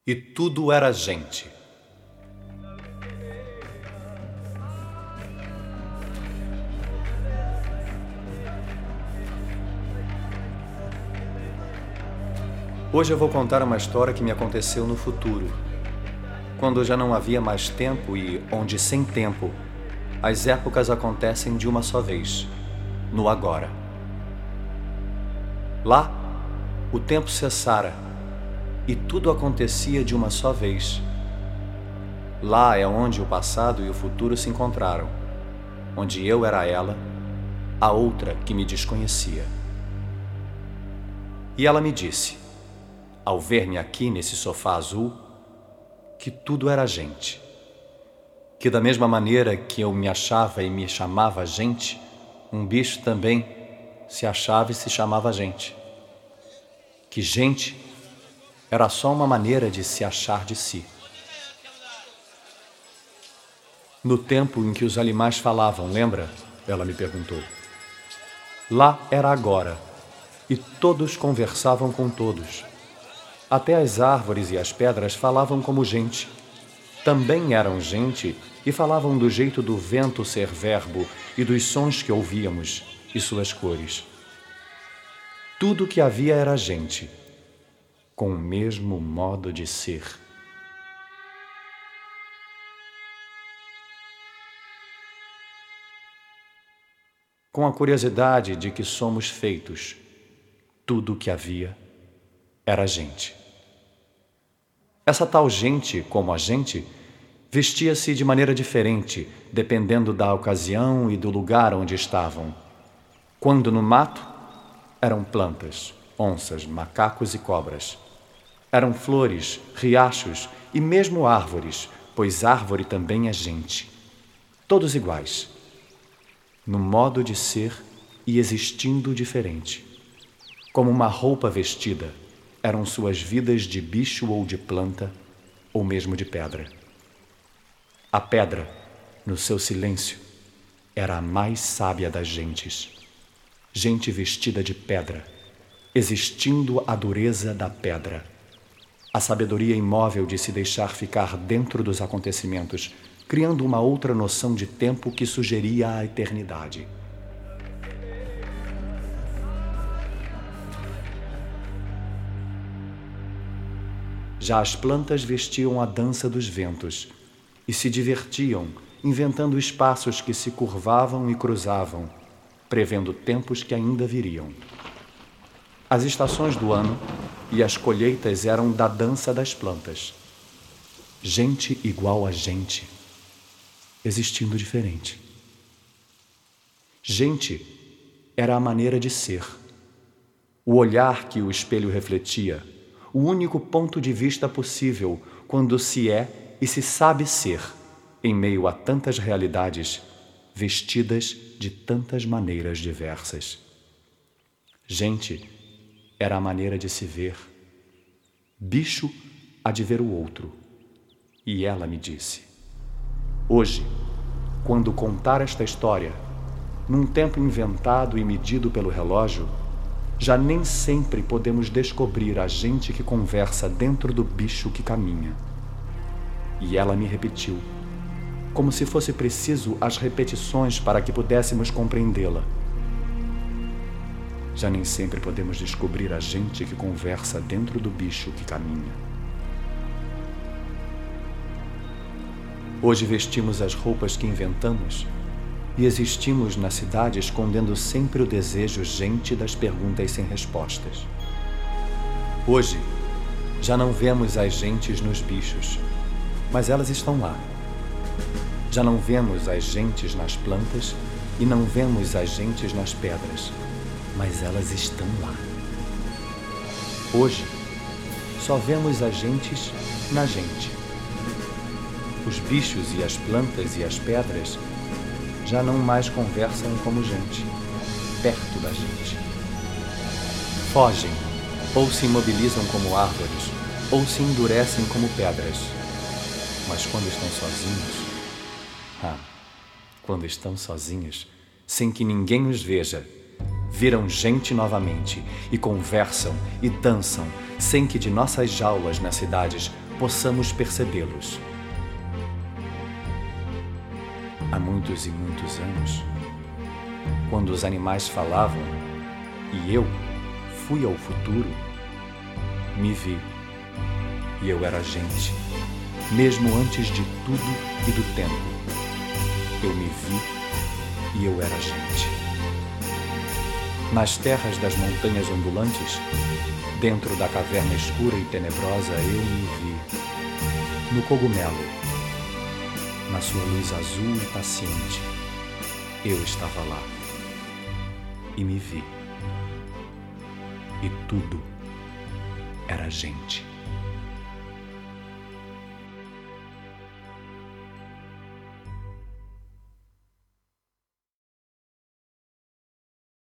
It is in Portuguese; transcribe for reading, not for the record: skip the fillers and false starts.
E tudo era gente. Hoje eu vou contar uma história que me aconteceu no futuro, quando já não havia mais tempo e onde, sem tempo, as épocas acontecem de uma só vez, no agora. Lá, o tempo cessara e tudo acontecia de uma só vez. Lá é onde o passado e o futuro se encontraram, onde eu era ela, a outra que me desconhecia. E ela me disse, ao ver-me aqui nesse sofá azul, que tudo era gente. Que da mesma maneira que eu me achava e me chamava gente, um bicho também se achava e se chamava gente. Que gente era só uma maneira de se achar de si. No tempo em que os animais falavam, lembra? Ela me perguntou. Lá era agora, e todos conversavam com todos. Até as árvores e as pedras falavam como gente. Também eram gente e falavam do jeito do vento ser verbo e dos sons que ouvíamos e suas cores. Tudo que havia era gente, com o mesmo modo de ser. Com a curiosidade de que somos feitos, tudo o que havia era gente. Essa tal gente, como a gente, vestia-se de maneira diferente, dependendo da ocasião e do lugar onde estavam. Quando no mato, eram plantas, onças, macacos e cobras. Eram flores, riachos e mesmo árvores, pois árvore também é gente. Todos iguais, no modo de ser e existindo diferente. Como uma roupa vestida, eram suas vidas de bicho ou de planta, ou mesmo de pedra. A pedra, no seu silêncio, era a mais sábia das gentes. Gente vestida de pedra, existindo a dureza da pedra. A sabedoria imóvel de se deixar ficar dentro dos acontecimentos, criando uma outra noção de tempo que sugeria a eternidade. Já as plantas vestiam a dança dos ventos e se divertiam, inventando espaços que se curvavam e cruzavam, prevendo tempos que ainda viriam. As estações do ano e as colheitas eram da dança das plantas. Gente igual a gente, existindo diferente. Gente era a maneira de ser, o olhar que o espelho refletia, o único ponto de vista possível quando se é e se sabe ser, em meio a tantas realidades, vestidas de tantas maneiras diversas. Gente era a maneira de se ver, bicho a de ver o outro. E ela me disse, hoje, quando contar esta história, num tempo inventado e medido pelo relógio, já nem sempre podemos descobrir a gente que conversa dentro do bicho que caminha. E ela me repetiu, como se fosse preciso as repetições para que pudéssemos compreendê-la. Já nem sempre podemos descobrir a gente que conversa dentro do bicho que caminha. Hoje vestimos as roupas que inventamos e existimos na cidade escondendo sempre o desejo gente das perguntas sem respostas. Hoje, já não vemos as gentes nos bichos, mas elas estão lá. Já não vemos as gentes nas plantas e não vemos as gentes nas pedras, mas elas estão lá. Hoje, só vemos as gentes na gente. Os bichos e as plantas e as pedras já não mais conversam como gente, perto da gente. Fogem, ou se imobilizam como árvores, ou se endurecem como pedras. Mas quando estão sozinhos, sem que ninguém os veja, viram gente novamente e conversam e dançam, sem que de nossas jaulas nas cidades possamos percebê-los. Há muitos e muitos anos, quando os animais falavam e eu fui ao futuro, me vi e eu era gente, mesmo antes de tudo e do tempo. Eu me vi e eu era gente. Nas terras das montanhas ondulantes, dentro da caverna escura e tenebrosa, eu me vi. No cogumelo, na sua luz azul e paciente, eu estava lá e me vi. E tudo era gente.